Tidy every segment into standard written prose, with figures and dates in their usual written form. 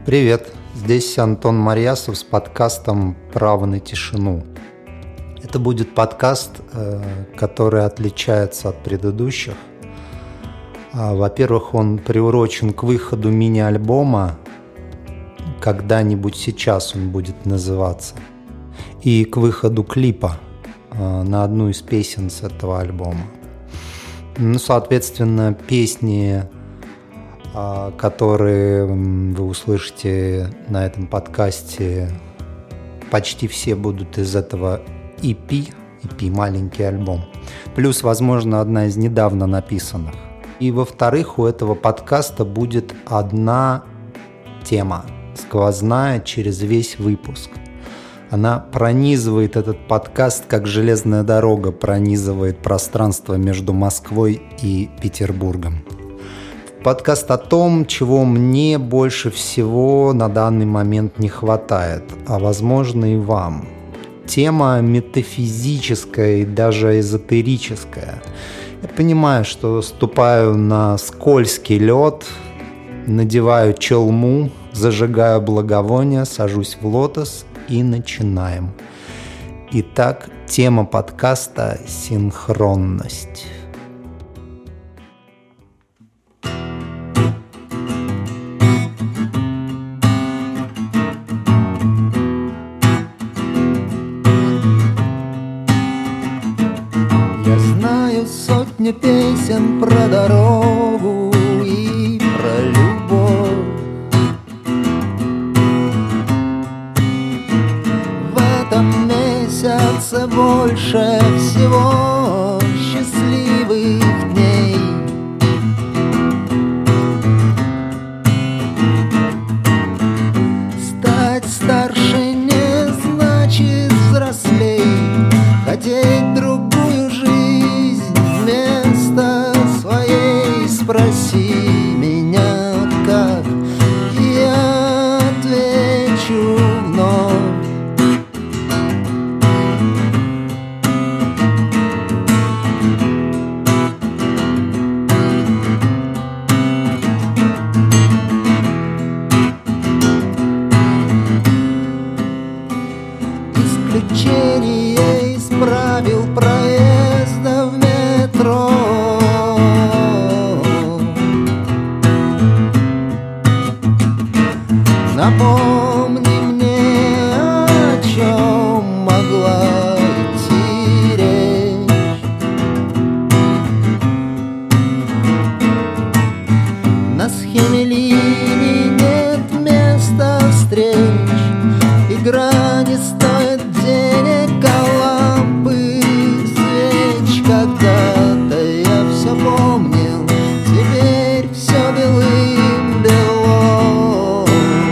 Привет, здесь Антон Марьясов с подкастом «Право на тишину». Это будет подкаст, который отличается от предыдущих. Во-первых, он приурочен к выходу мини-альбома, когда-нибудь сейчас он будет называться, и к выходу клипа на одну из песен с этого альбома. Соответственно, песни, которые вы услышите на этом подкасте, почти все будут из этого EP, маленький альбом. Плюс, возможно, одна из недавно написанных. И во-вторых, у этого подкаста будет одна тема, сквозная через весь выпуск. Она пронизывает этот подкаст, как железная дорога пронизывает пространство между Москвой и Петербургом. Подкаст о том, чего мне больше всего на данный момент не хватает, а возможно и вам. Тема метафизическая и даже эзотерическая. Я понимаю, что ступаю на скользкий лед, надеваю челму, зажигаю благовония, сажусь в лотос и начинаем. Итак, тема подкаста – синхронность. Я знаю сотни песен про дорогу и про любовь. Месяца больше всего счастливых дней. Стать старше не значит взрослей, хотеть другую жизнь вместо своей. Спроси меня как, и я отвечу вновь. Исключение из правил проезда в метро. Напомни мне, о чем могла идти речь. На схеме линий нет места встреч, игра не стоит денег, а лампы свеч. Когда-то я все помнил, теперь все белым-бело.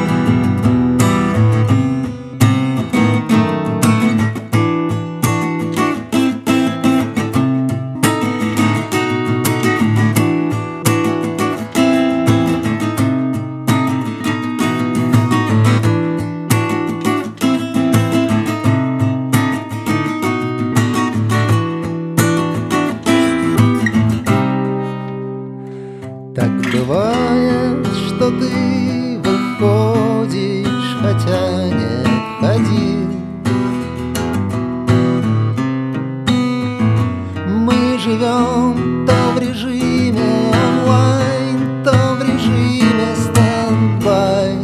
Так бывает, что ты выходишь, хотя не входил. Мы живем то в режиме онлайн, то в режиме стендбай.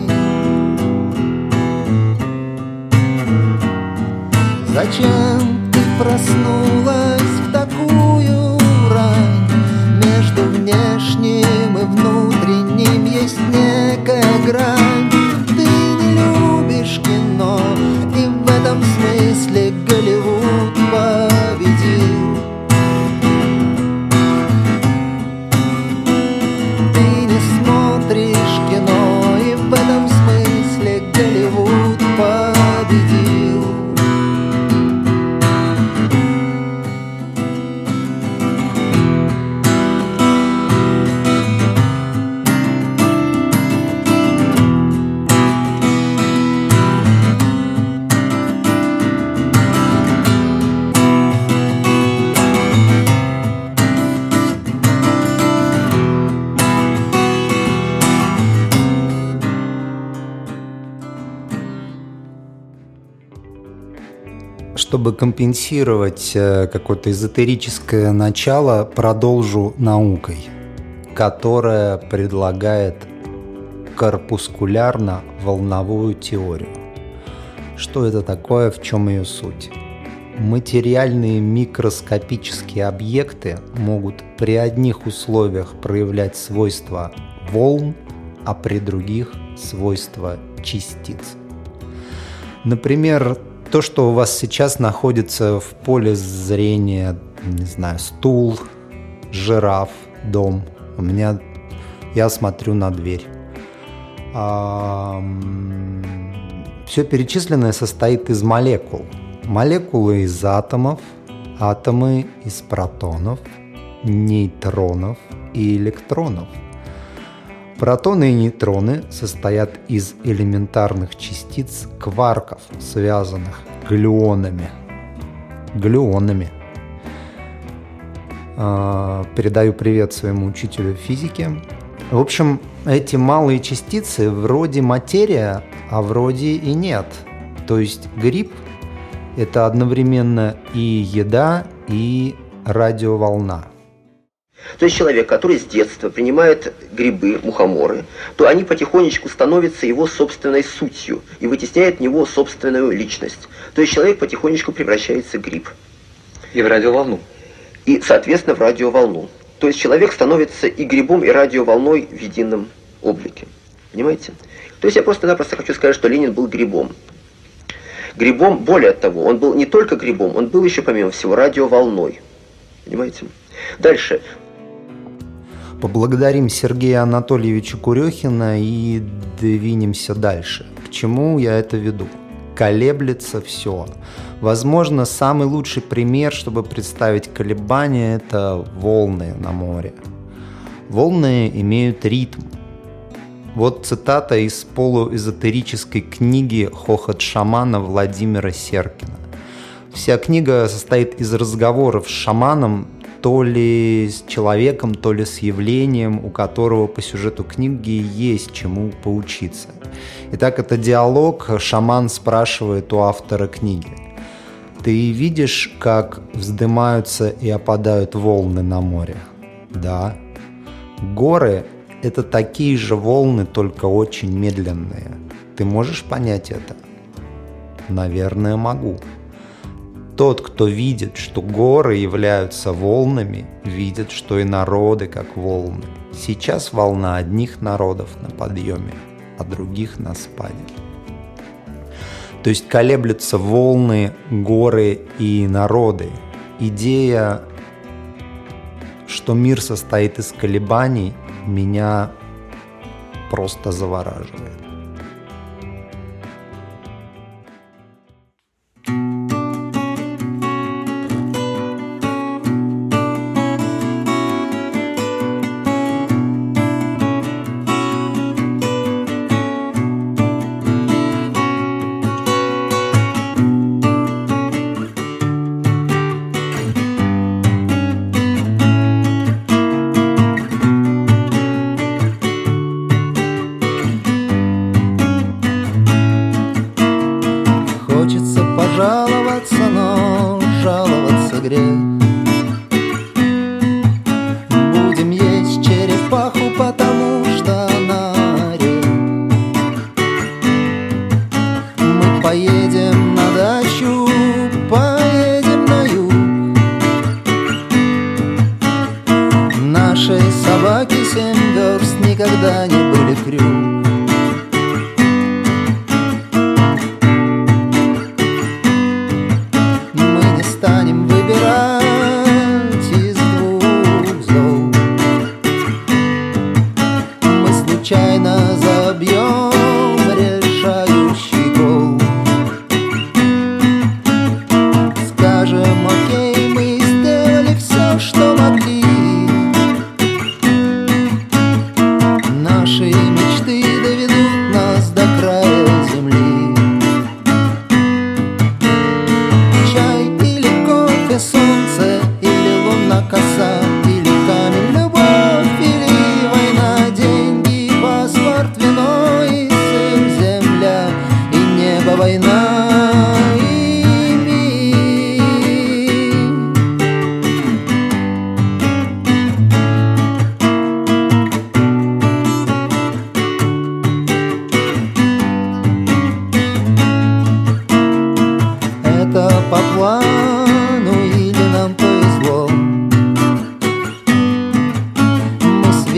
Зачем ты проснулась в такую рань? Между внешним и внутренним есть некая грань. Ты не любишь чтобы компенсировать какое-то эзотерическое начало, продолжу наукой, которая предлагает корпускулярно-волновую теорию. Что это такое, в чем ее суть? Материальные микроскопические объекты могут при одних условиях проявлять свойства волн, а при других – свойства частиц. Например, то, что у вас сейчас находится в поле зрения, не знаю, стул, жираф, дом. Я смотрю на дверь. Все перечисленное состоит из молекул. Молекулы из атомов, атомы из протонов, нейтронов и электронов. Протоны и нейтроны состоят из элементарных частиц кварков, связанных глюонами. Передаю привет своему учителю физики. В общем, эти малые частицы вроде материя, а вроде и нет. То есть гриб – это одновременно и еда, и радиоволна. То есть человек, который с детства принимает грибы, мухоморы, то они потихонечку становятся его собственной сутью и вытесняют в него собственную личность. То есть человек потихонечку превращается в гриб. И в радиоволну. И, соответственно, в радиоволну. То есть человек становится и грибом, и радиоволной в едином облике. Понимаете? То есть я просто-напросто хочу сказать, что Ленин был грибом. Грибом, более того, он был не только грибом, он был еще, помимо всего, радиоволной. Понимаете? Дальше. Поблагодарим Сергея Анатольевича Курехина и двинемся дальше. К чему я это веду? Колеблется все. Возможно, самый лучший пример, чтобы представить колебания, это волны на море. Волны имеют ритм. Вот цитата из полуэзотерической книги «Хохот шамана» Владимира Серкина. Вся книга состоит из разговоров с шаманом, то ли с человеком, то ли с явлением, у которого по сюжету книги есть чему поучиться. Итак, это диалог, шаман спрашивает у автора книги: «Ты видишь, как вздымаются и опадают волны на море?» «Да». «Горы – это такие же волны, только очень медленные. Ты можешь понять это?» «Наверное, могу». Тот, кто видит, что горы являются волнами, видит, что и народы как волны. Сейчас волна одних народов на подъеме, а других на спаде. То есть колеблются волны, горы и народы. Идея, что мир состоит из колебаний, меня просто завораживает. Жаловаться, но жаловаться грех. Будем есть черепаху, потому что она орет. Мы поедем на дачу, поедем на юг. Нашей собаке 7 верст никогда не были крюк. Станем выбирать из двух зол. Мы случайно забьем решающий гол. Скажем: окей, мы сделали все, что могли. Наши мечты доведут нас до края земли. Солнце или лунная коса, или камень, любовь, или война, деньги, паспорт.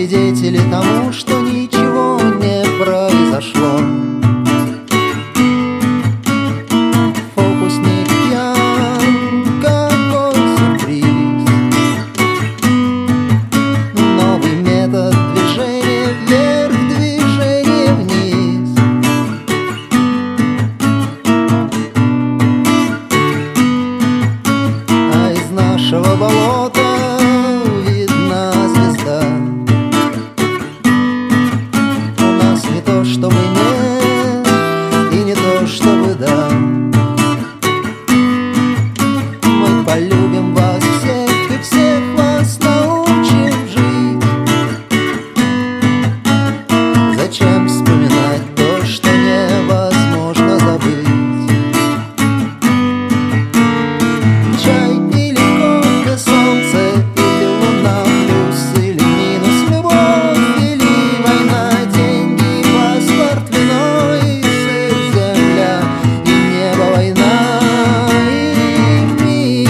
свидетели тому, что ничего не произошло. Фокусник пьян, какой сюрприз. Новый метод движения вверх, движения вниз. А из нашего болота видна звезда. У нас не то, чтобы нет, и не то, чтобы да. Мы полюбим вас всех и всех вас научим жить. Зачем вспоминать то, что невозможно забыть? Чай или кофе, солнце или луна, плюс или минус, любовь или война, деньги, паспорт, вино и сыр, земля и небо, война и мир.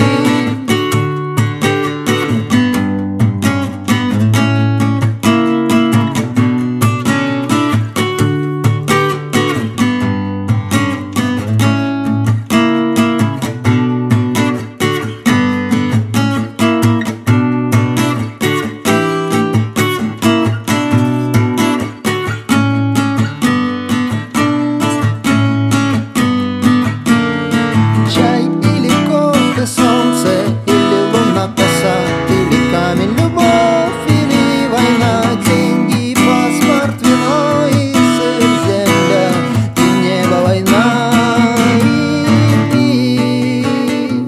Чай или кофе, солнце или луна, коса или камень, любовь или война, деньги, паспорт, вино и сыр, земля и небо, война и мир.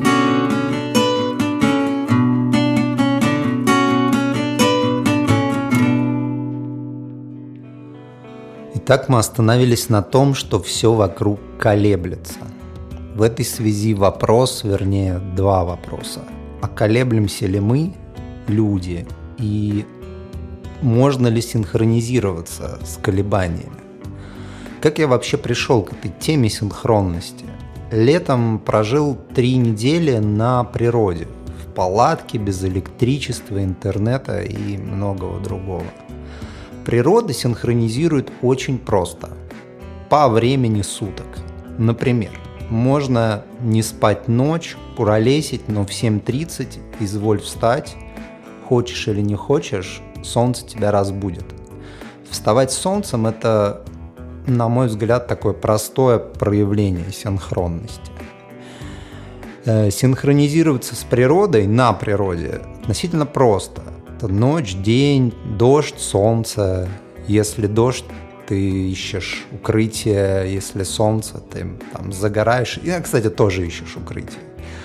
Итак, мы остановились на том, что все вокруг колеблется. В этой связи вопрос, вернее, два вопроса. А колеблемся ли мы, люди, и можно ли синхронизироваться с колебаниями? Как я вообще пришел к этой теме синхронности? Летом прожил 3 недели на природе, в палатке, без электричества, интернета и многого другого. Природа синхронизирует очень просто, по времени суток. Например, можно не спать ночь, куролесить, но в 7:30 изволь встать, хочешь или не хочешь, солнце тебя разбудит. Вставать с солнцем – это, на мой взгляд, такое простое проявление синхронности. Синхронизироваться с природой на природе относительно просто. Это ночь, день, дождь, солнце. Если дождь, ты ищешь укрытие, если солнце, ты там загораешь. Я, кстати, тоже ищешь укрытие.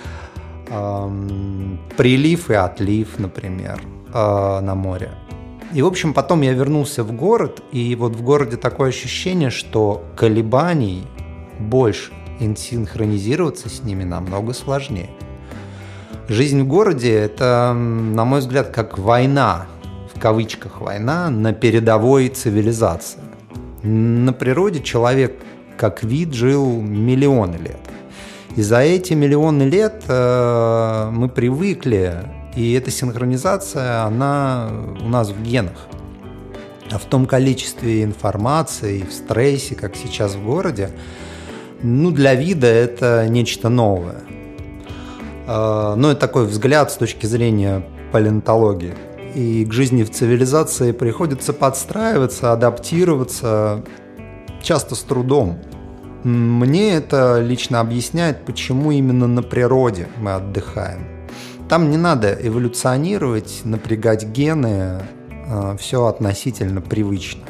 Прилив и отлив, например, на море. И, в общем, потом я вернулся в город, и вот в городе такое ощущение, что колебаний больше, и синхронизироваться с ними намного сложнее. Жизнь в городе – это, на мой взгляд, как война, в кавычках война, на передовой цивилизации. На природе человек как вид жил миллионы лет. И за эти миллионы лет мы привыкли, и эта синхронизация, она у нас в генах. А в том количестве информации, в стрессе, как сейчас в городе, для вида это нечто новое. Это такой взгляд с точки зрения палеонтологии. И к жизни в цивилизации приходится подстраиваться, адаптироваться, часто с трудом. Мне это лично объясняет, почему именно на природе мы отдыхаем. Там не надо эволюционировать, напрягать гены, все относительно привычно.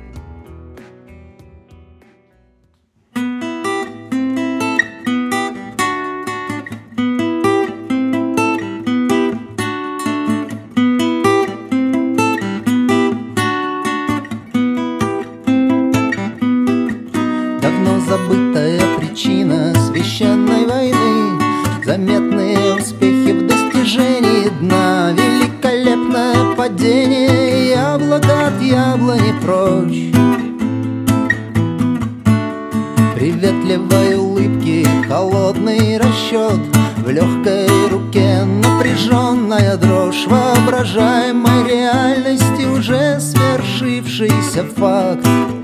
Забытая причина священной войны, заметные успехи в достижении дна, великолепное падение яблока от яблони прочь. Приветливой улыбки, холодный расчет, в легкой руке напряженная дрожь воображаемой реальности уже сложившийся факт.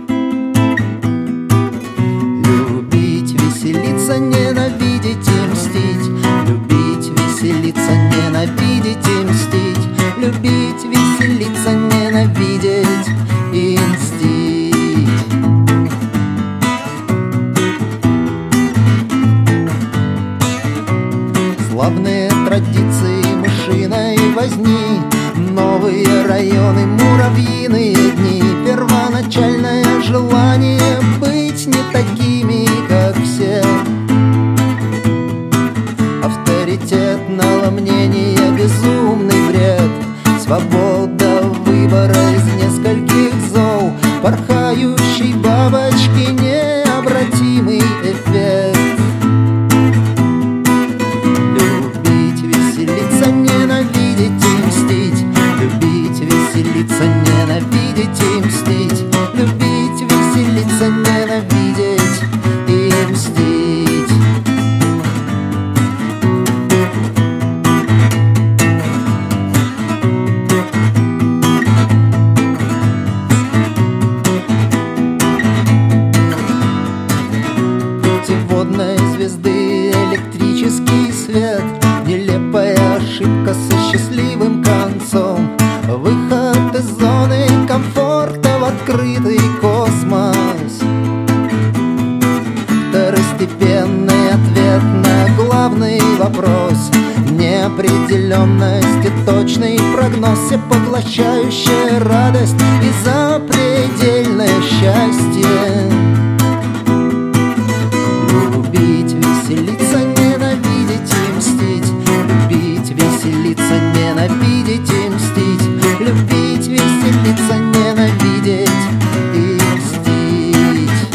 Любить, веселиться, ненавидеть и мстить. Любить, веселиться, ненавидеть и мстить. Любить, веселиться, ненавидеть и мстить. Славные традиции мышиной возни, новые районы, муравьиные дни. Первоначальное желание быть не такими, как все. Авторитетного мнения безумный бред. Свобода выбора из нескольких зол. Порхающей бабочки необратимый эффект. Любить, веселиться, ненавидеть и мстить. Любить, веселиться, ненавидеть и мстить. Любить, веселиться, ненавидеть и мстить. Путеводной звезды электрический свет. Нелепая ошибка со счастливым концом. Выход из зоны комфорта в открытый космос. Второстепенный ответ на главный вопрос. Неопределенность и точный прогноз. Всепоглощающая радость и запредельное счастье. Любить, веселиться, ненавидеть и мстить. Любить, веселиться, ненавидеть и мстить. Любить, веселиться, ненавидеть и мстить.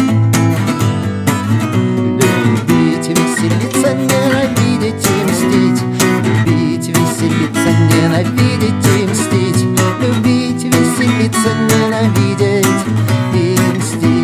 Любить, веселиться, ненавидеть и мстить. Любить, веселиться, ненавидеть и мстить. Любить, веселиться, ненавидеть и мстить.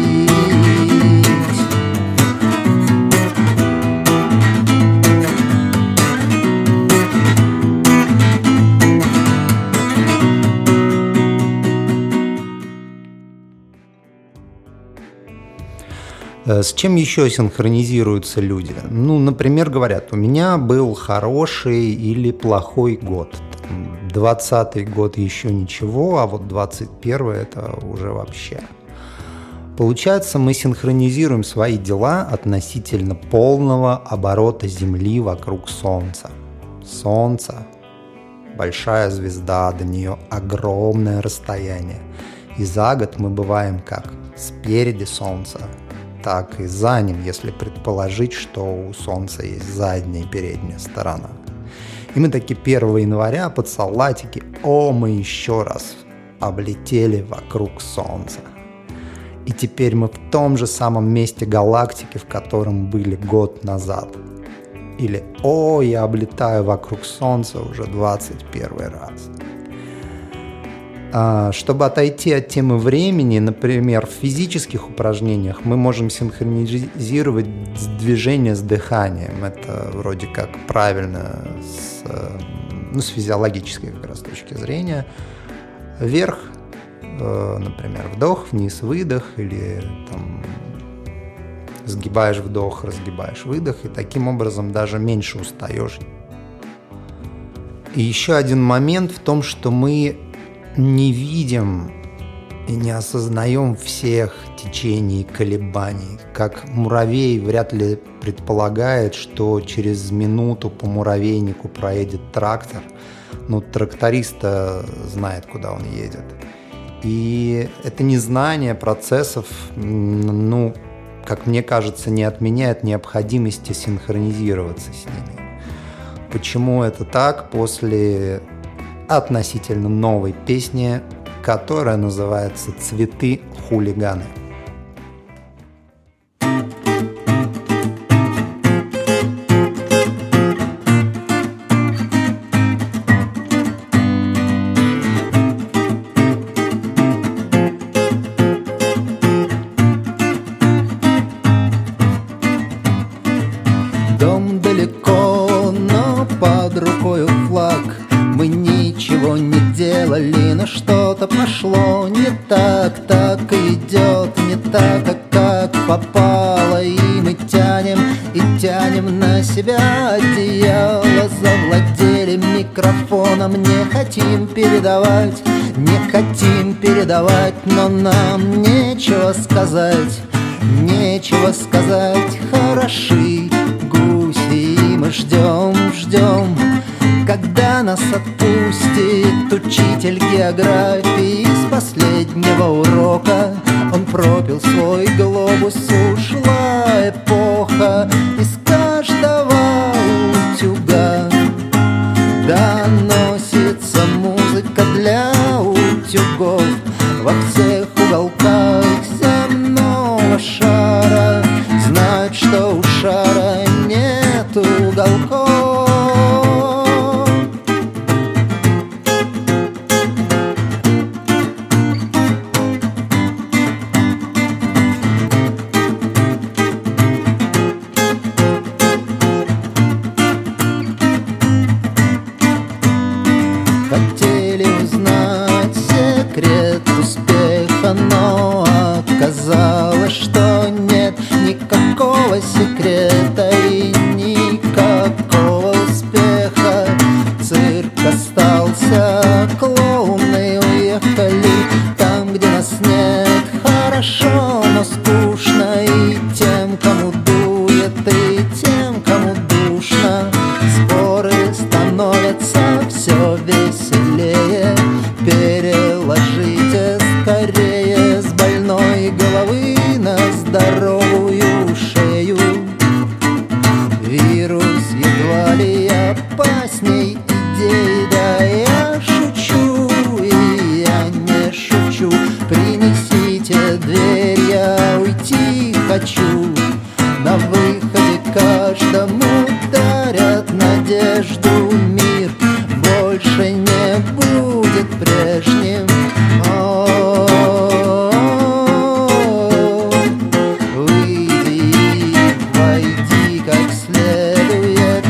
С чем еще синхронизируются люди? Ну, например, говорят, у меня был хороший или плохой год. 20-й год еще ничего, а вот 21-й это уже вообще. Получается, мы синхронизируем свои дела относительно полного оборота Земли вокруг Солнца. Солнце – большая звезда, до нее огромное расстояние. И за год мы бываем как спереди Солнца, так и за ним, если предположить, что у Солнца есть задняя и передняя сторона. И мы таки 1 января под салатики, мы еще раз облетели вокруг Солнца. И теперь мы в том же самом месте галактики, в котором были год назад. Или я облетаю вокруг Солнца уже 21 раз. Чтобы отойти от темы времени, например, в физических упражнениях мы можем синхронизировать движение с дыханием. Это вроде как правильно с физиологической как раз точки зрения. Вверх, например, вдох, вниз, выдох, или там сгибаешь вдох, разгибаешь выдох, и таким образом даже меньше устаешь. И еще один момент в том, что мы не видим и не осознаем всех течений и колебаний. Как муравей вряд ли предполагает, что через минуту по муравейнику проедет трактор. Но тракторист знает, куда он едет. И это незнание процессов, как мне кажется, не отменяет необходимости синхронизироваться с ними. Почему это так? После относительно новой песни, которая называется «Цветы хулиганы». Дом далеко, но под рукою флаг. Мы ничего не делали, но что что-то пошло не так, так и идет не так, как попало. И мы тянем на себя одеяло, завладели микрофоном, не хотим передавать, но нам нечего сказать, хороши гуси, и мы ждем, когда нас отпустит учитель географии с последнего урока. Он пропил свой глобус, ушла эпоха, из каждого утюга доносится музыка для утюгов во всех уголках земного шара. Знают, что у шара нет уголков. Хотели узнать секрет успеха, но оказалось, что нет никакого секрета и никакого успеха. Цирк остался, клоуны уехали, там, где нас нет, хорошо, но скучно и тем, кому дует, и тем, кому душно. Споры становятся все веселее, переложите скорее с больной головы на здоровую шею. Вирус едва ли опасней идей, да я шучу, и я не шучу. Принесите дверь, я уйти хочу. На выходе каждому дарят надежду, мир больше не будет прежним. Выйди, войди как следует.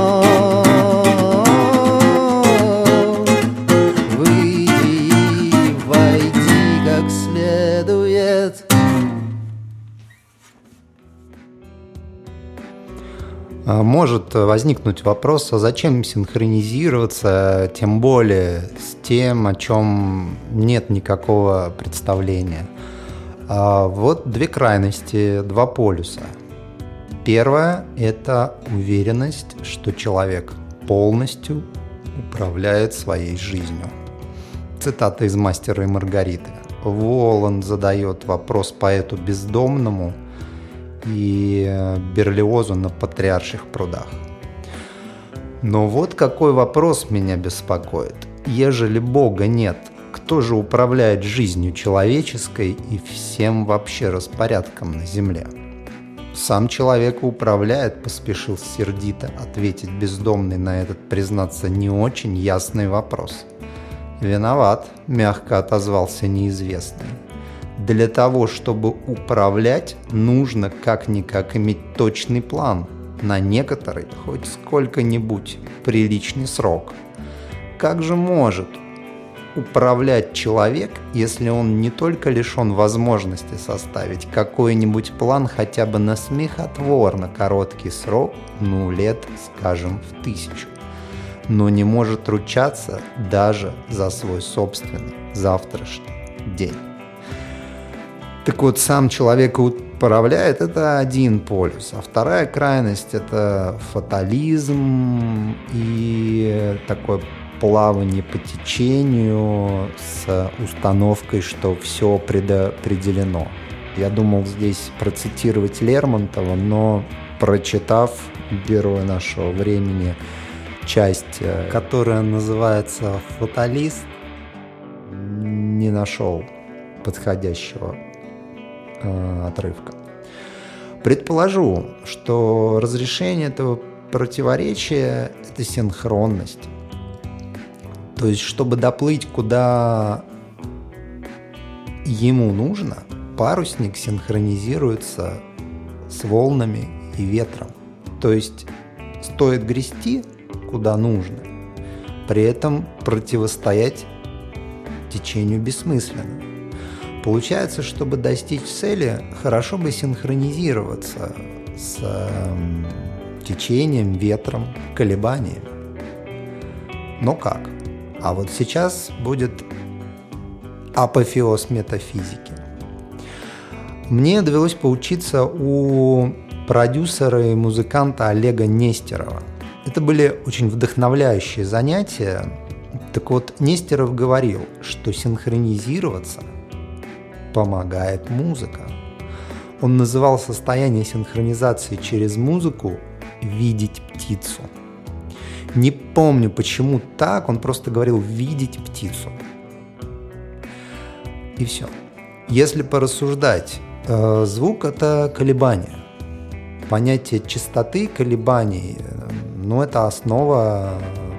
Выйди, войди как следует. Может возникнуть вопрос, а зачем синхронизироваться, тем более с тем, о чем нет никакого представления. Вот две крайности, два полюса. Первое – это уверенность, что человек полностью управляет своей жизнью. Цитата из «Мастера и Маргариты». Воланд задает вопрос поэту бездомному и Берлиозу на Патриарших прудах. Но вот какой вопрос меня беспокоит. Ежели Бога нет, кто же управляет жизнью человеческой и всем вообще распорядком на земле? Сам человек управляет, поспешил сердито ответить бездомный на этот, признаться, не очень ясный вопрос. Виноват, мягко отозвался неизвестный. Для того, чтобы управлять, нужно как-никак иметь точный план на некоторый, хоть сколько-нибудь приличный срок. Как же может управлять человек, если он не только лишен возможности составить какой-нибудь план хотя бы на смехотворно короткий срок, лет, скажем, в 1000, но не может ручаться даже за свой собственный завтрашний день? Так вот, сам человек управляет – это один полюс, а вторая крайность – это фатализм и такое плавание по течению с установкой, что все предопределено. Я думал здесь процитировать Лермонтова, но, прочитав «Героя нашего времени», часть, которая называется «Фаталист», не нашел подходящего отрывка. Предположу, что разрешение этого противоречия – это синхронность. То есть, чтобы доплыть куда ему нужно, парусник синхронизируется с волнами и ветром. То есть, стоит грести куда нужно, при этом противостоять течению бессмысленно. Получается, чтобы достичь цели, хорошо бы синхронизироваться с течением, ветром, колебаниями. Но как? А вот сейчас будет апофеоз метафизики. Мне довелось поучиться у продюсера и музыканта Олега Нестерова. Это были очень вдохновляющие занятия. Так вот, Нестеров говорил, что синхронизироваться помогает музыка. Он называл состояние синхронизации через музыку «видеть птицу». Не помню, почему так, он просто говорил «видеть птицу». И все. Если порассуждать, звук – это колебания. Понятие частоты колебаний, это основа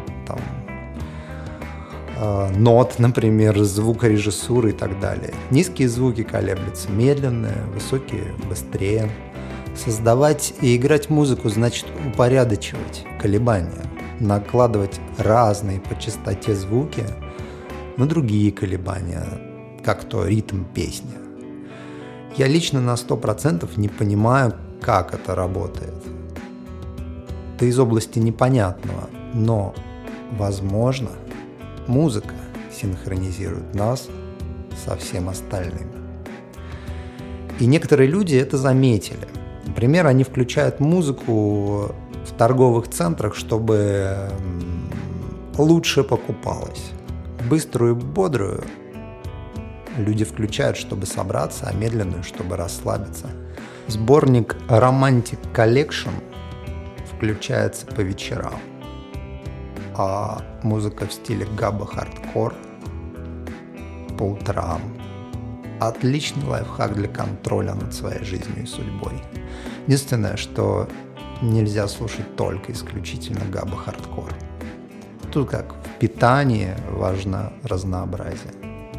нот, например, звукорежиссуры и так далее. Низкие звуки колеблются медленные, высокие – быстрее. Создавать и играть музыку значит упорядочивать колебания, накладывать разные по частоте звуки на другие колебания, как то ритм песни. Я лично на 100% не понимаю, как это работает. Это из области непонятного, но, возможно, музыка синхронизирует нас со всем остальным. И некоторые люди это заметили. Например, они включают музыку в торговых центрах, чтобы лучше покупалось. Быструю и бодрую люди включают, чтобы собраться, а медленную, чтобы расслабиться. Сборник Romantic Collection включается по вечерам, а музыка в стиле габба-хардкор по утрам. Отличный лайфхак для контроля над своей жизнью и судьбой. Единственное, что нельзя слушать только исключительно габба-хардкор. Тут, как в питании, важно разнообразие.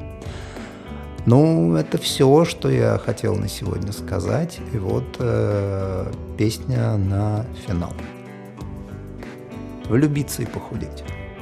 Это все, что я хотел на сегодня сказать. И вот песня на финал. Влюбиться и похудеть.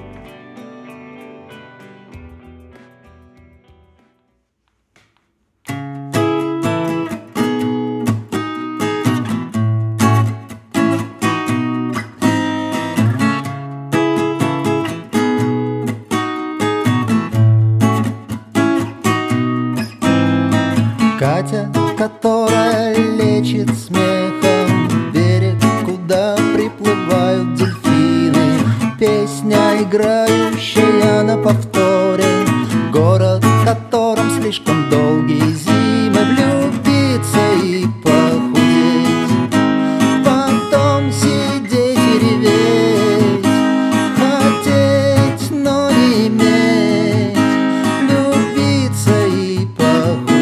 Катя, которая лечит смехом берег, куда приплывают дельфины. Песня, играющая на повторе, город, в котором слишком долгие зимы. Влюбиться и похудеть, потом сидеть и реветь, хотеть, но не иметь. Влюбиться и похудеть.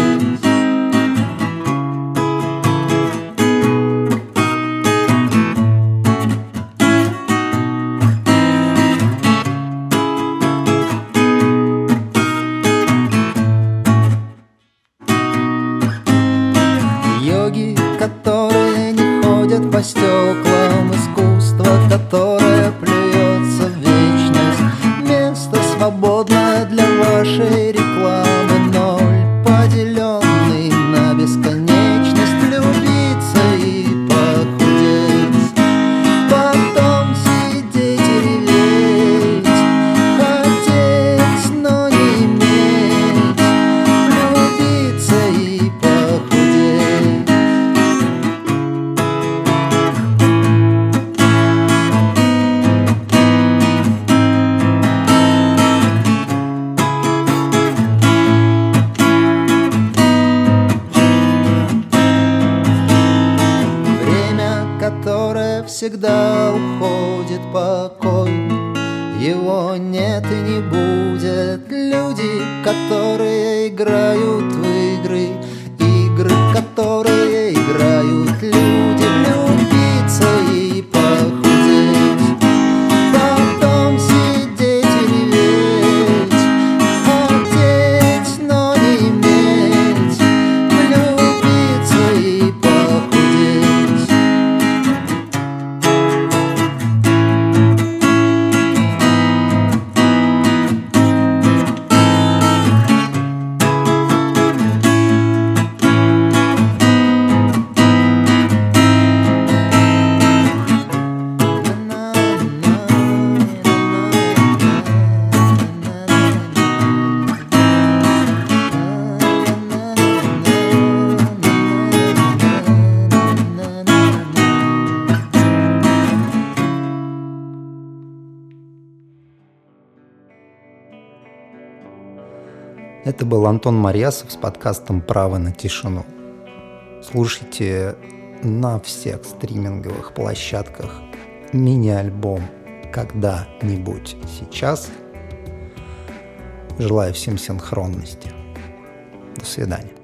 Йоги, которые не ходят по стеклам, искусство, которое плюется в вечность. Место свободное для вашей рекламы, ноль, поделенный на бесконечность. Влюбиться и похудеть, потом сидеть и реветь, хотеть, но не иметь. Влюбиться и похудеть. Время, которое всегда уходит покой, его нет и не будет. Люди, которые играют в игры, игры, которые играют люди. Влюбиться и похудеть, потом сидеть и реветь, хотеть, но не иметь. Влюбиться и похудеть. Это был Антон Марьясов с подкастом «Право на тишину». Слушайте на всех стриминговых площадках мини-альбом «Когда-нибудь сейчас». Желаю всем синхронности. До свидания.